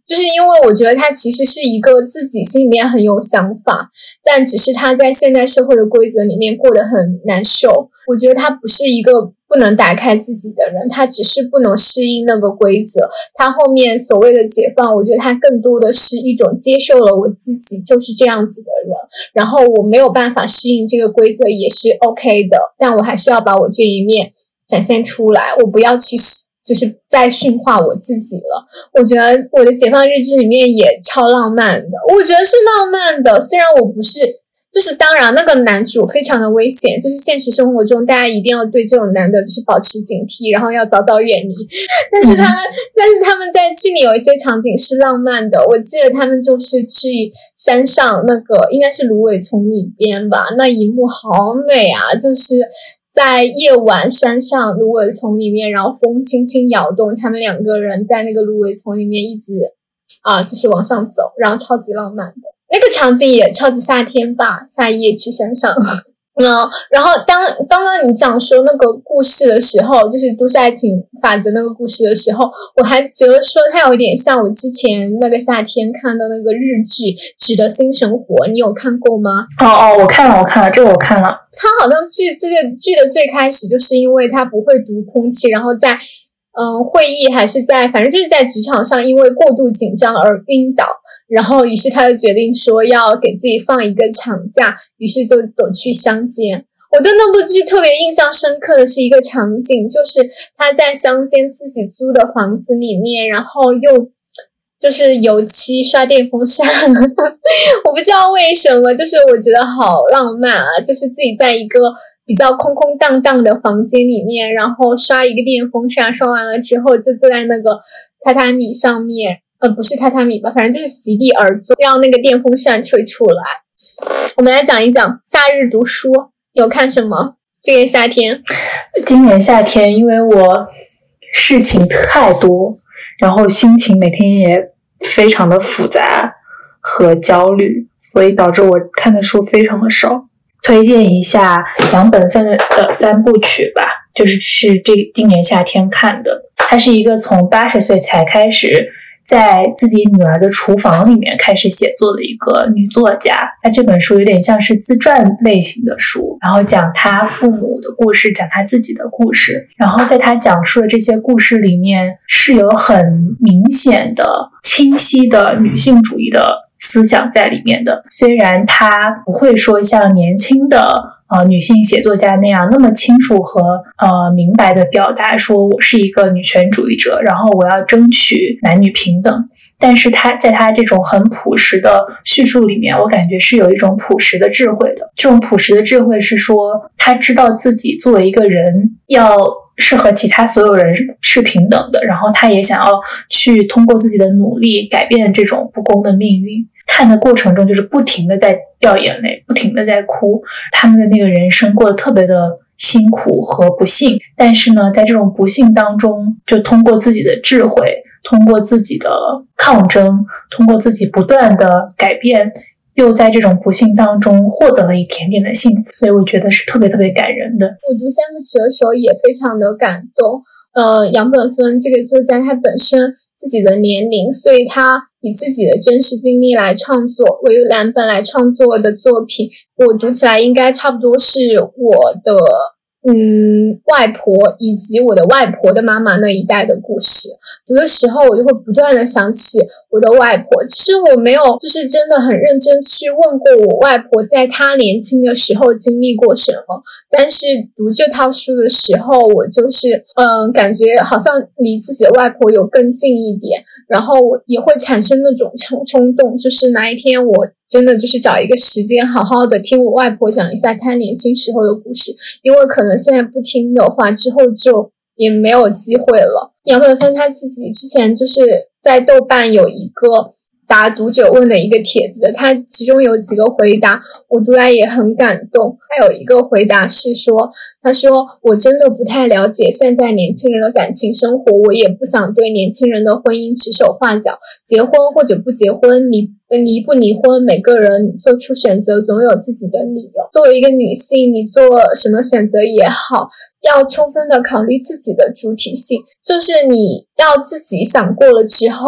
就是因为我觉得他其实是一个自己心里面很有想法，但只是他在现代社会的规则里面过得很难受。我觉得他不是一个不能打开自己的人，他只是不能适应那个规则。他后面所谓的解放，我觉得他更多的是一种接受了我自己就是这样子的人，然后我没有办法适应这个规则也是 OK 的，但我还是要把我这一面展现出来，我不要去就是在驯化我自己了。我觉得我的解放日志里面也超浪漫的，我觉得是浪漫的，虽然我不是，就是当然那个男主非常的危险，就是现实生活中大家一定要对这种男的就是保持警惕，然后要早早远离。但是他们在剧里有一些场景是浪漫的，我记得他们就是去山上那个应该是芦苇丛里边吧，那一幕好美啊，就是在夜晚山上芦苇丛里面，然后风轻轻摇动，他们两个人在那个芦苇丛里面一直就是往上走，然后超级浪漫的。那个场景也超级夏天吧，夏夜去山上。然后刚刚你讲说那个故事的时候，就是都市爱情法则那个故事的时候，我还觉得说它有点像我之前那个夏天看的那个日剧《纸的新生活》，你有看过吗？ 我看了，这个我看了。 他好像这个剧的最开始就是因为他不会读空气，然后在会议还是在反正就是在职场上因为过度紧张而晕倒，然后于是他就决定说要给自己放一个长假，于是就躲去乡间。我对那部剧特别印象深刻的是一个场景，就是他在乡间自己租的房子里面，然后用就是油漆刷电风扇我不知道为什么，就是我觉得好浪漫啊，就是自己在一个比较空空荡荡的房间里面，然后刷一个电风扇，刷完了之后就坐在那个榻榻米上面，不是榻榻米吧，反正就是席地而坐，让那个电风扇吹出来。我们来讲一讲夏日读书，有看什么？这个夏天， 今年夏天，因为我事情太多，然后心情每天也非常的复杂和焦虑，所以导致我看的书非常的少。推荐一下杨本芬的3部曲吧，就是今年夏天看的。她是一个从80岁才开始在自己女儿的厨房里面开始写作的一个女作家。她这本书有点像是自传类型的书，然后讲她父母的故事，讲她自己的故事，然后在她讲述的这些故事里面是有很明显的清晰的女性主义的思想在里面的。虽然她不会说像年轻的女性写作家那样那么清楚和明白的表达说我是一个女权主义者，然后我要争取男女平等，但是她在她这种很朴实的叙述里面，我感觉是有一种朴实的智慧的。这种朴实的智慧是说她知道自己作为一个人是和其他所有人是平等的，然后她也想要去通过自己的努力改变这种不公的命运。看的过程中就是不停的在掉眼泪，不停的在哭，他们的那个人生过得特别的辛苦和不幸，但是呢在这种不幸当中，就通过自己的智慧，通过自己的抗争，通过自己不断的改变，又在这种不幸当中获得了一点点的幸福，所以我觉得是特别特别感人的。 我读3部曲的时候也非常的感动。杨本芬这个作家他本身自己的年龄，所以他以自己的真实经历来创作，为蓝本来创作的作品，我读起来应该差不多是我的外婆以及我的外婆的妈妈那一代的故事。读的时候我就会不断的想起我的外婆，其实我没有就是真的很认真去问过我外婆在她年轻的时候经历过什么，但是读这套书的时候，我就是感觉好像离自己的外婆有更近一点，然后也会产生那种冲动，就是哪一天我真的就是找一个时间好好的听我外婆讲一下她年轻时候的故事，因为可能现在不听的话之后就也没有机会了。杨本芬他自己之前就是在豆瓣有一个答读者问的一个帖子的，他其中有几个回答我读来也很感动。还有一个回答是说，他说我真的不太了解现在年轻人的感情生活，我也不想对年轻人的婚姻指手画脚，结婚或者不结婚，离不离婚，每个人做出选择总有自己的理由。作为一个女性，你做什么选择也好，要充分的考虑自己的主体性，就是你要自己想过了之后，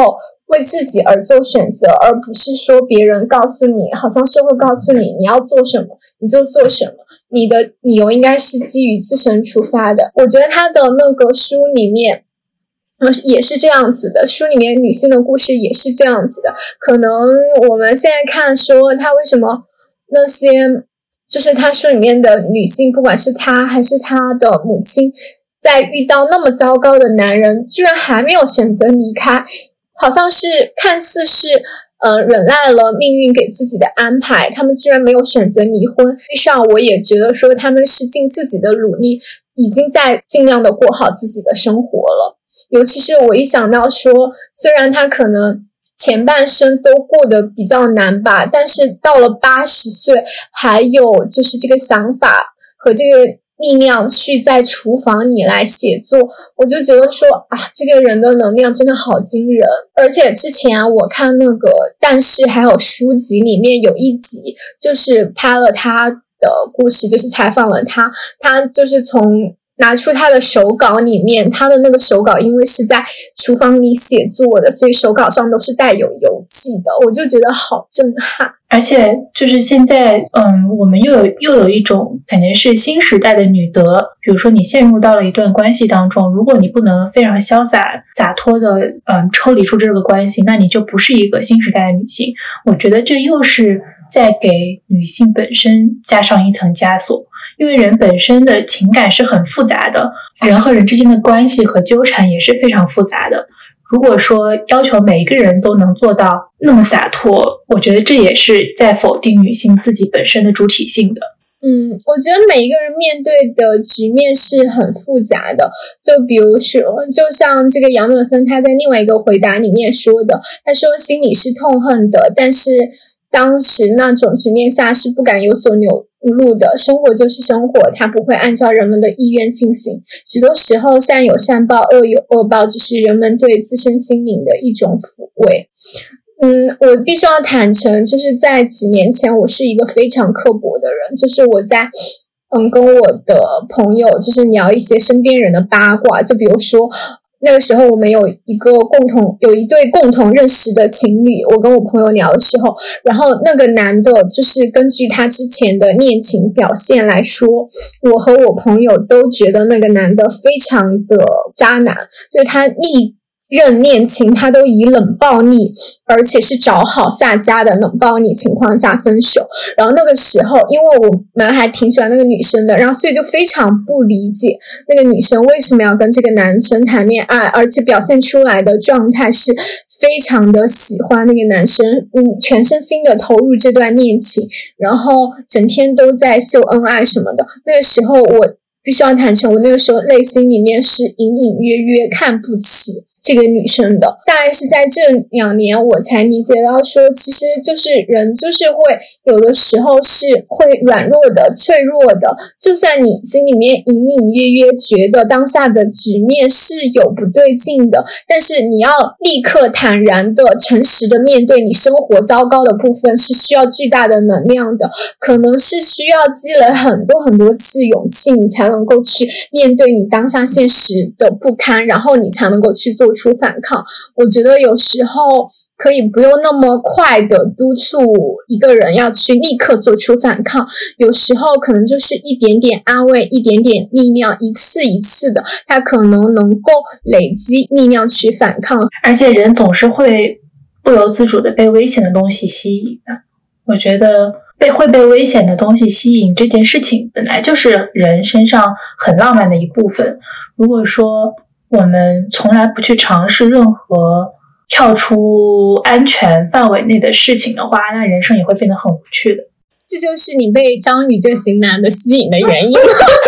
为自己而做选择，而不是说别人告诉你，好像社会告诉你你要做什么你就做什么，你的理由应该是基于自身出发的。我觉得他的那个书里面也是这样子的，书里面女性的故事也是这样子的。可能我们现在看说他为什么那些就是他书里面的女性，不管是他还是他的母亲，在遇到那么糟糕的男人居然还没有选择离开，好像是看似是忍耐了命运给自己的安排，他们居然没有选择离婚。实际上我也觉得说他们是尽自己的努力，已经在尽量的过好自己的生活了。尤其是我一想到说，虽然他可能前半生都过得比较难吧，但是到了80岁还有就是这个想法和这个力量去在厨房里来写作，我就觉得说这个人的能量真的好惊人。而且之前我看那个但是还有书籍里面有一集就是拍了他的故事，就是采访了他就是从拿出他的手稿里面，他的那个手稿因为是在厨房里写作的，所以手稿上都是带有油迹的，我就觉得好震撼。 而且就是现在我们又有一种感觉是新时代的女德，比如说你陷入到了一段关系当中，如果你不能非常潇洒洒脱的抽离出这个关系，那你就不是一个新时代的女性。我觉得这又是在给女性本身加上一层枷锁，因为人本身的情感是很复杂的，人和人之间的关系和纠缠也是非常复杂的。如果说要求每一个人都能做到那么洒脱，我觉得这也是在否定女性自己本身的主体性的。 我觉得每一个人面对的局面是很复杂的，就比如说就像这个杨本芬他在另外一个回答里面说的，他说心里是痛恨的，但是当时那种局面下是不敢有所流露的，生活就是生活，它不会按照人们的意愿进行，许多时候善有善报恶有恶报，只是人们对自身心灵的一种抚慰。我必须要坦诚，就是在几年前我是一个非常刻薄的人，就是我在跟我的朋友就是聊一些身边人的八卦，就比如说那个时候我们有一对共同认识的情侣，我跟我朋友聊的时候，然后那个男的就是根据他之前的恋情表现来说，我和我朋友都觉得那个男的非常的渣男，就是他历任恋情他都以冷暴力，而且是找好下家的冷暴力情况下分手。然后那个时候因为我们还挺喜欢那个女生的，然后所以就非常不理解那个女生为什么要跟这个男生谈恋爱，而且表现出来的状态是非常的喜欢那个男生，全身心的投入这段恋情，然后整天都在秀恩爱什么的。那个时候我必须要坦诚，我那个时候内心里面是隐隐约约看不起这个女生的。大概是在这2年我才理解到说，其实就是人就是会有的时候是会软弱的脆弱的，就算你心里面隐隐约约觉得当下的局面是有不对劲的，但是你要立刻坦然的诚实的面对你生活糟糕的部分是需要巨大的能量的，可能是需要积累很多很多次勇气，你才能够去面对你当下现实的不堪，然后你才能够去做出反抗。我觉得有时候可以不用那么快的督促一个人要去立刻做出反抗，有时候可能就是一点点安慰，一点点力量，一次一次的，他可能能够累积力量去反抗。 而且人总是会不由自主的被危险的东西吸引的，我觉得会被危险的东西吸引这件事情本来就是人身上很浪漫的一部分。如果说我们从来不去尝试任何跳出安全范围内的事情的话，那人生也会变得很无趣的。 这就是你被张宇这型男的吸引的原因你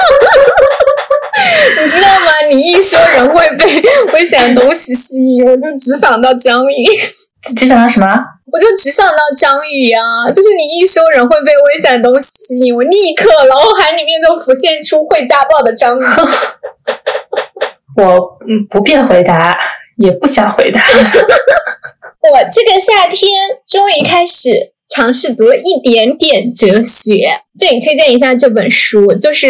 知道吗？你一说人会被危险的东西吸引，我就只想到张宇。 只想到什么？ 我就只想到张宇啊，就是你一说人会被危险的东西吸引，我立刻脑海里面就浮现出会家暴的张宇我不便回答，也不想回答我这个夏天终于开始尝试读了一点点哲学。这里推荐一下这本书，就是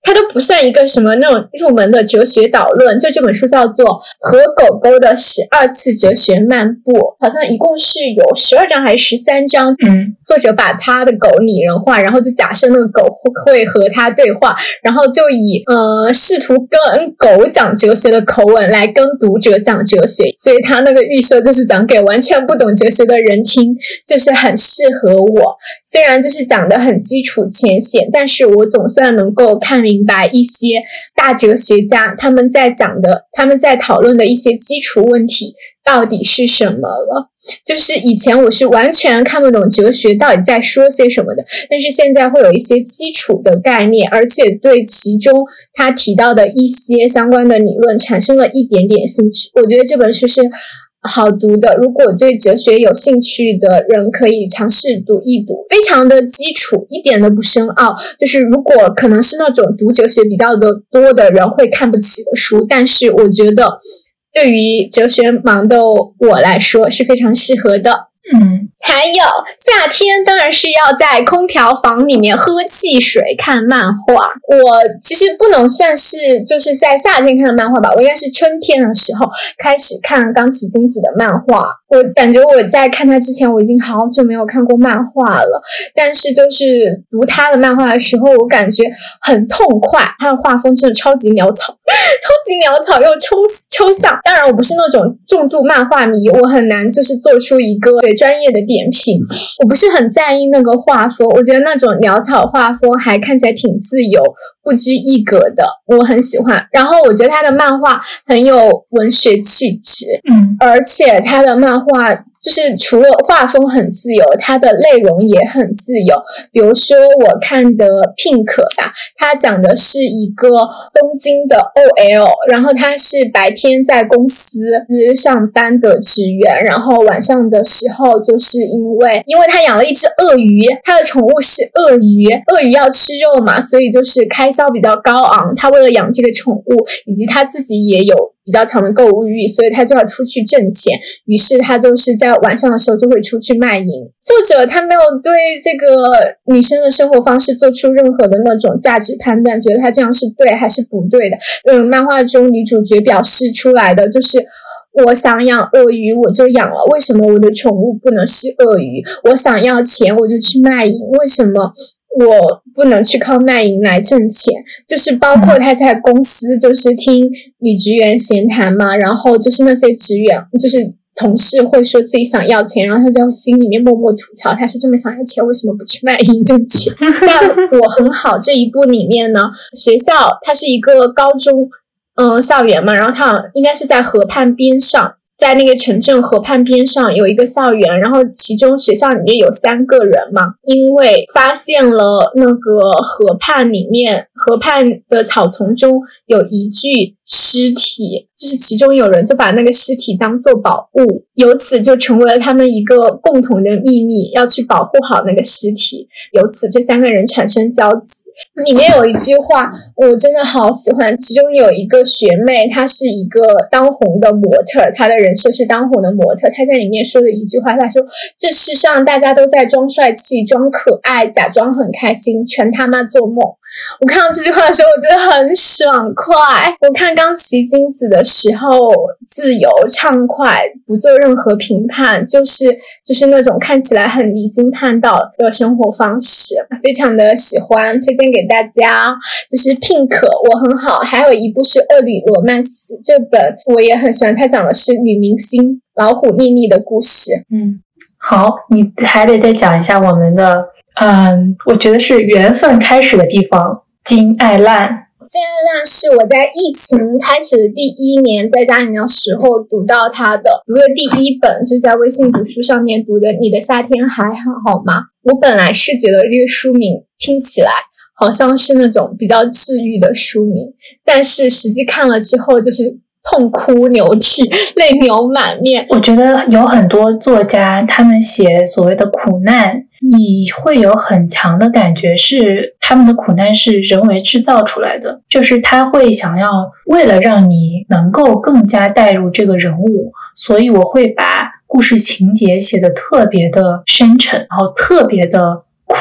它都不算一个什么那种入门的哲学导论，就这本书叫做《和狗狗的12次哲学漫步》，好像一共是有12章还是13章。作者把他的狗拟人化，然后就假设那个狗会和他对话，然后就以试图跟狗讲哲学的口吻来跟读者讲哲学，所以他那个预设就是讲给完全不懂哲学的人听，就是很适合我。虽然就是讲得很基础浅显，但是我总算能够看明白一些大哲学家他们在讨论的一些基础问题到底是什么了。就是以前我是完全看不懂哲学到底在说些什么的，但是现在会有一些基础的概念，而且对其中他提到的一些相关的理论产生了一点点兴趣。我觉得这本书是好读的，如果对哲学有兴趣的人可以尝试读一读，非常的基础，一点都不深奥，就是如果可能是那种读哲学比较的多的人会看不起的书，但是我觉得对于哲学盲的我来说是非常适合的。还有夏天当然是要在空调房里面喝汽水看漫画。我其实不能算是就是在夏天看的漫画吧，我应该是春天的时候开始看冈崎京子的漫画。我感觉我在看他之前我已经好久没有看过漫画了，但是就是读他的漫画的时候我感觉很痛快，他的画风真的超级潦草又抽象。当然我不是那种重度漫画迷，我很难就是做出一个对专业的点评，我不是很在意那个画风，我觉得那种潦草画风还看起来挺自由不拘一格的，我很喜欢。然后我觉得他的漫画很有文学气质，而且他的漫画就是除了画风很自由，它的内容也很自由。比如说我看的 Pink 吧，它讲的是一个东京的 OL， 然后他是白天在公司上班的职员，然后晚上的时候就是因为他养了一只鳄鱼，他的宠物是鳄鱼要吃肉嘛，所以就是开销比较高昂，他为了养这个宠物以及他自己也有比较强的购物欲，所以他就要出去挣钱，于是他就是在晚上的时候就会出去卖淫。作者他没有对这个女生的生活方式做出任何的那种价值判断，觉得他这样是对还是不对的。漫画中女主角表示出来的就是我想养鳄鱼我就养了，为什么我的宠物不能是鳄鱼？我想要钱我就去卖淫，为什么我不能去靠卖淫来挣钱？就是包括他在公司就是听女职员闲谈嘛，然后就是那些职员就是同事会说自己想要钱，然后他在心里面默默吐槽，他说这么想要钱为什么不去卖淫挣钱？在我很好这一部里面呢，学校它是一个高中校园嘛，然后它应该是在河畔边上，在那个城镇河畔边上有一个校园，然后其中学校里面有3个人嘛，因为发现了那个河畔的草丛中有一具尸体，就是其中有人就把那个尸体当作宝物，由此就成为了他们一个共同的秘密，要去保护好那个尸体，由此这3个人产生交集。里面有一句话我真的好喜欢，其中有一个学妹她是一个当红的模特，她的人设是当红的模特，她在里面说了一句话，她说这世上大家都在装帅气装可爱假装很开心，全他妈做梦。我看到这句话的时候我觉得很爽快。我看冈崎京子的时候自由畅快不做任何评判，就是那种看起来很离经叛道的生活方式，非常的喜欢，推荐给大家。就是 Pink 我很好，还有一部是恶女罗曼史，这本我也很喜欢，它讲的是女明星老虎妮妮的故事。 好，你还得再讲一下我们的我觉得是缘分开始的地方，金爱烂。 金爱烂是我在疫情开始的第1年在家里的时候读到它的，读的第1本，就在微信读书上面读的《你的夏天还好吗》。我本来是觉得这个书名听起来好像是那种比较治愈的书名，但是实际看了之后就是痛哭流涕，泪流满面。 我觉得有很多作家他们写所谓的苦难，你会有很强的感觉是他们的苦难是人为制造出来的，就是他会想要为了让你能够更加带入这个人物，所以我会把故事情节写得特别的深沉，然后特别的苦，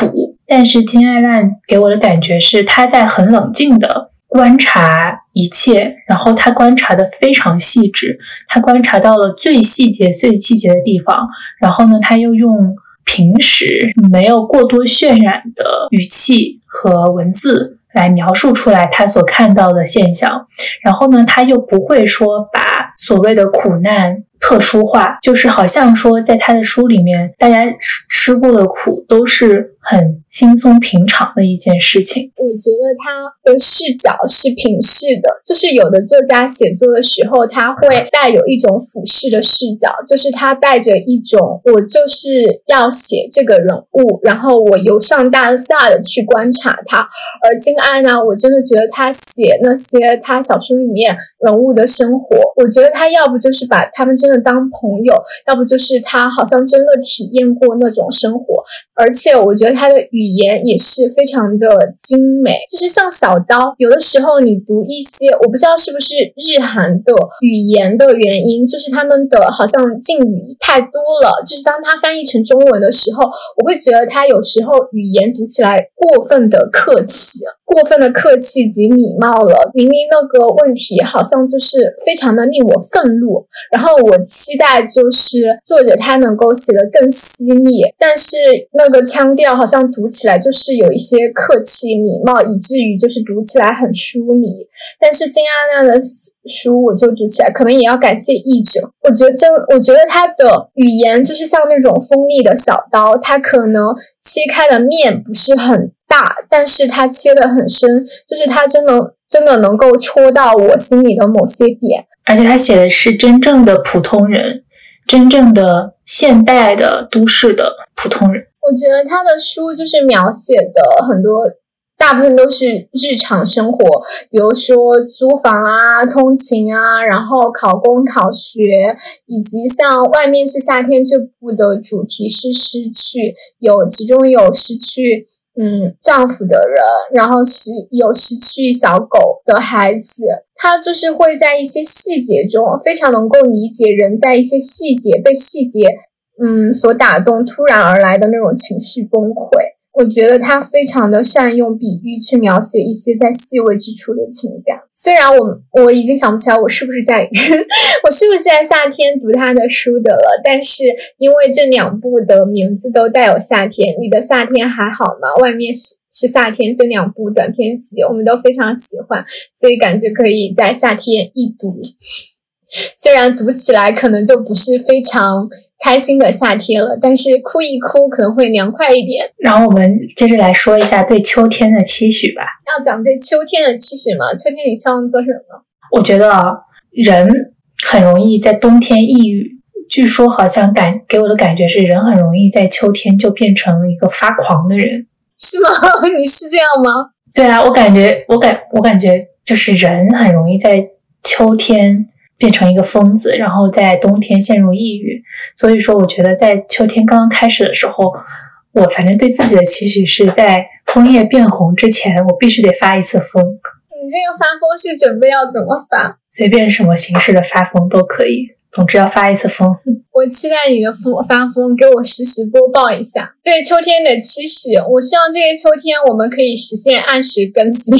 但是金爱烂给我的感觉是他在很冷静的观察一切，然后他观察的非常细致，他观察到了最细节的地方，然后呢他又用平时没有过多渲染的语气和文字来描述出来他所看到的现象，然后呢他又不会说把所谓的苦难特殊化，就是好像说在他的书里面大家吃过的苦都是很轻松平常的一件事情。 我觉得他的视角是平视的，就是有的作家写作的时候他会带有一种俯视的视角，就是他带着一种我就是要写这个人物，然后我由上到下的去观察他。而金爱呢，我真的觉得他写那些他小说里面人物的生活，我觉得他要不就是把他们真的当朋友，要不就是他好像真的体验过那种生活。而且我觉得他的语言也是非常的精美，就是像小刀，有的时候你读一些，我不知道是不是日韩的语言的原因，就是他们的好像敬语太多了，就是当他翻译成中文的时候，我会觉得他有时候语言读起来过分的客气及礼貌了，明明那个问题好像就是非常的令我愤怒，然后我期待就是作者他能够写得更犀利，但是那个腔调好像读起来就是有一些客气礼貌，以至于就是读起来很疏离。但是金阿娜的书我就读起来可能也要感谢译者，我觉得他的语言就是像那种锋利的小刀，他可能切开的面不是很大，但是他切得很深，就是他真的能够戳到我心里的某些点。 而且他写的是真正的普通人，真正的现代的都市的普通人。 我觉得他的书就是描写的很多大部分都是日常生活，比如说租房啊、通勤啊，然后考公考学，以及像外面是夏天这部的主题是失去，其中有失去丈夫的人，然后有失去小狗的孩子，他就是会在一些细节中非常能够理解人在一些细节被细节所打动，突然而来的那种情绪崩溃。我觉得他非常的善用比喻去描写一些在细微之处的情感。虽然我已经想不起来我是不是在夏天读他的书的了，但是因为这两部的名字都带有夏天，你的夏天还好吗？外面是夏天，这两部短篇集我们都非常喜欢，所以感觉可以在夏天一读。虽然读起来可能就不是非常开心的夏天了，但是哭一哭可能会凉快一点。 然后我们接着来说一下对秋天的期许吧。 要讲对秋天的期许吗？秋天你希望做什么？ 我觉得人很容易在冬天抑郁，据说好像给我的感觉是人很容易在秋天就变成一个发狂的人。 是吗？你是这样吗？ 对啊，我感觉就是人很容易在秋天变成一个疯子，然后在冬天陷入抑郁。所以说我觉得在秋天刚刚开始的时候，我反正对自己的期许是在枫叶变红之前我必须得发一次疯。 你这个发疯是准备要怎么发？ 随便什么形式的发疯都可以，总之要发一次疯。 我期待你的发疯，给我实时播报一下。对秋天的期许，我希望这个秋天我们可以实现按时更新。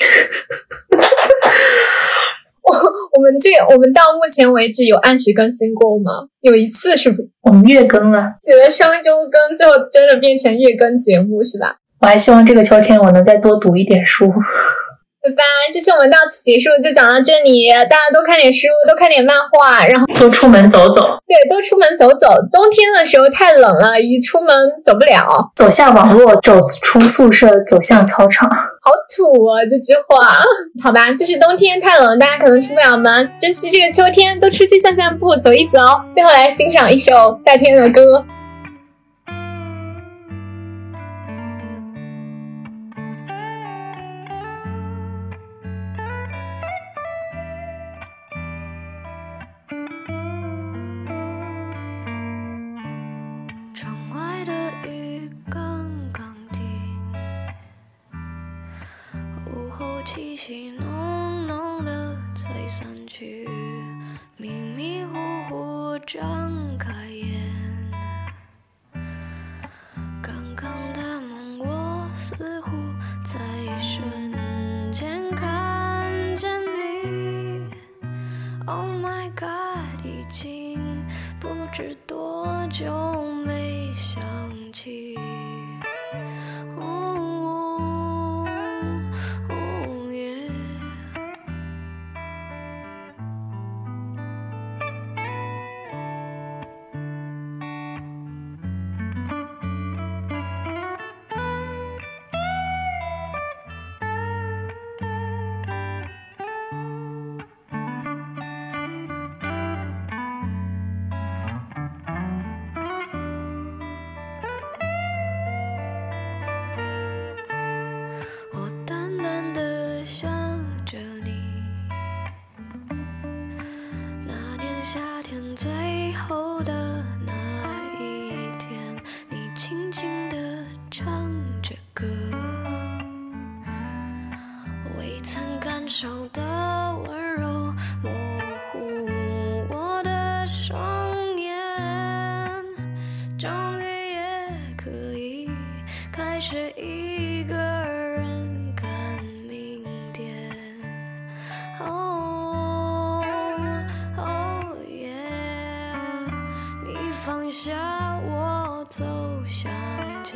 我们到目前为止有按时更新过吗？有一次是不是？ 我们月更了， 写了双周更，最后真的变成月更节目是吧？ 我还希望这个秋天我能再多读一点书。 拜拜，这期我们到此结束，就讲到这里。大家多看点书，多看点漫画，然后多出门走走。 对，多出门走走。冬天的时候太冷了，一出门走不了。 走下网络，走出宿舍，走向操场。 好土啊，这句话。好吧，就是冬天太冷，大家可能出不了门，珍惜这个秋天，多出去散散步，走一走。最后来欣赏一首夏天的歌。 气息浓浓的在散去，迷迷糊糊张开眼，刚刚的梦我似乎在瞬间看见你。 Oh my god， 已经不知多久没想起。夏天最后的那一天，你轻轻地唱着歌，未曾感受的温柔模糊我的双眼，终于也可以开始一个人看明天。放下我走向前，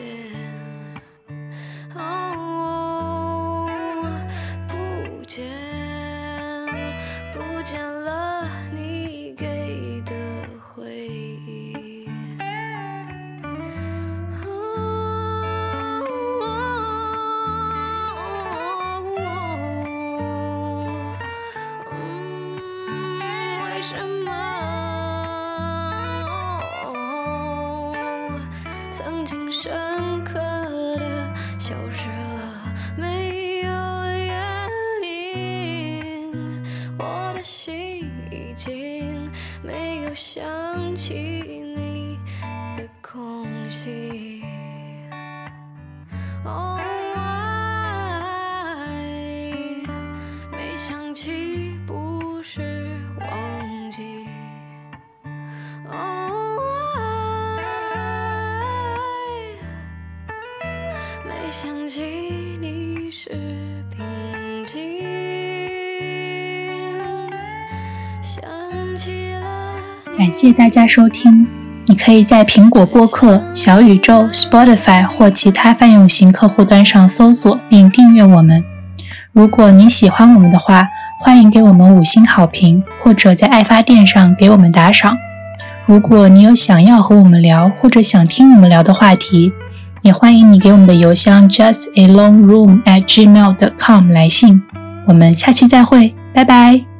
不见了你给的回忆。为什么曾经深刻的消失了，没有原因，我的心已经没有想起你的空隙。爱没想起不是忘记，没想起你是平静，想起了感谢大家收听。你可以在苹果播客、小宇宙、Spotify 或其他泛用型客户端上搜索并订阅我们。如果你喜欢我们的话，欢迎给我们5星好评，或者在爱发电上给我们打赏。如果你有想要和我们聊或者想听我们聊的话题，也欢迎你给我们的邮箱 justalongroom@gmail.com 来信。我们下期再会，拜拜。